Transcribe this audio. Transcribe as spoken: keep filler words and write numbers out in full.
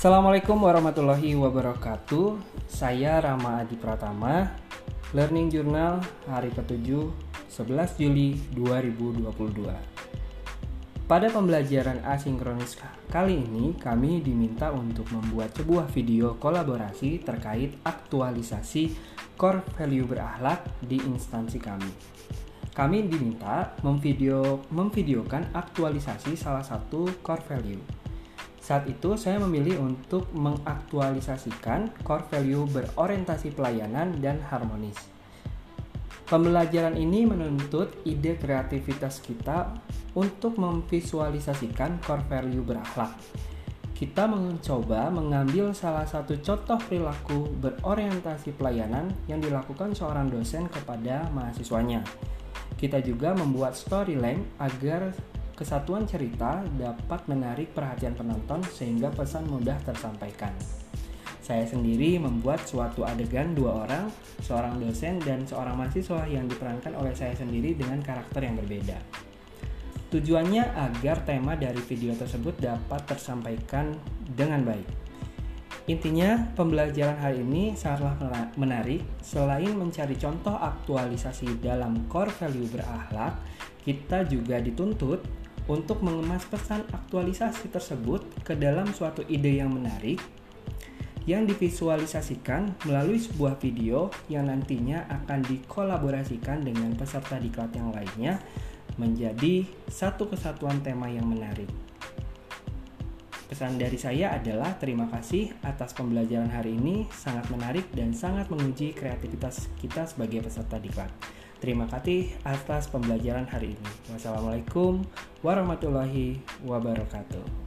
Assalamualaikum warahmatullahi wabarakatuh. Saya Rama Adi Pratama, Learning Journal hari ketujuh, sebelas Juli dua ribu dua puluh dua. Pada pembelajaran asinkronis kali ini, kami diminta untuk membuat sebuah video kolaborasi terkait aktualisasi core value berakhlak di instansi kami. Kami diminta memvideo, memvideokan aktualisasi salah satu core value. Saat itu saya memilih untuk mengaktualisasikan core value berorientasi pelayanan dan harmonis. Pembelajaran ini menuntut ide kreativitas kita untuk memvisualisasikan core value berakhlak. Kita mencoba mengambil salah satu contoh perilaku berorientasi pelayanan yang dilakukan seorang dosen kepada mahasiswanya. Kita juga membuat storyline agar kesatuan cerita dapat menarik perhatian penonton sehingga pesan mudah tersampaikan. Saya sendiri membuat suatu adegan dua orang, seorang dosen dan seorang mahasiswa yang diperankan oleh saya sendiri dengan karakter yang berbeda. Tujuannya agar tema dari video tersebut dapat tersampaikan dengan baik. Intinya, pembelajaran hari ini sangatlah menarik. Selain mencari contoh aktualisasi dalam core value berakhlak, kita juga dituntut untuk mengemas pesan aktualisasi tersebut ke dalam suatu ide yang menarik yang divisualisasikan melalui sebuah video yang nantinya akan dikolaborasikan dengan peserta diklat yang lainnya menjadi satu kesatuan tema yang menarik. Pesan dari saya adalah terima kasih atas pembelajaran hari ini, sangat menarik dan sangat menguji kreativitas kita sebagai peserta diklat. Terima kasih atas pembelajaran hari ini. Wassalamualaikum warahmatullahi wabarakatuh.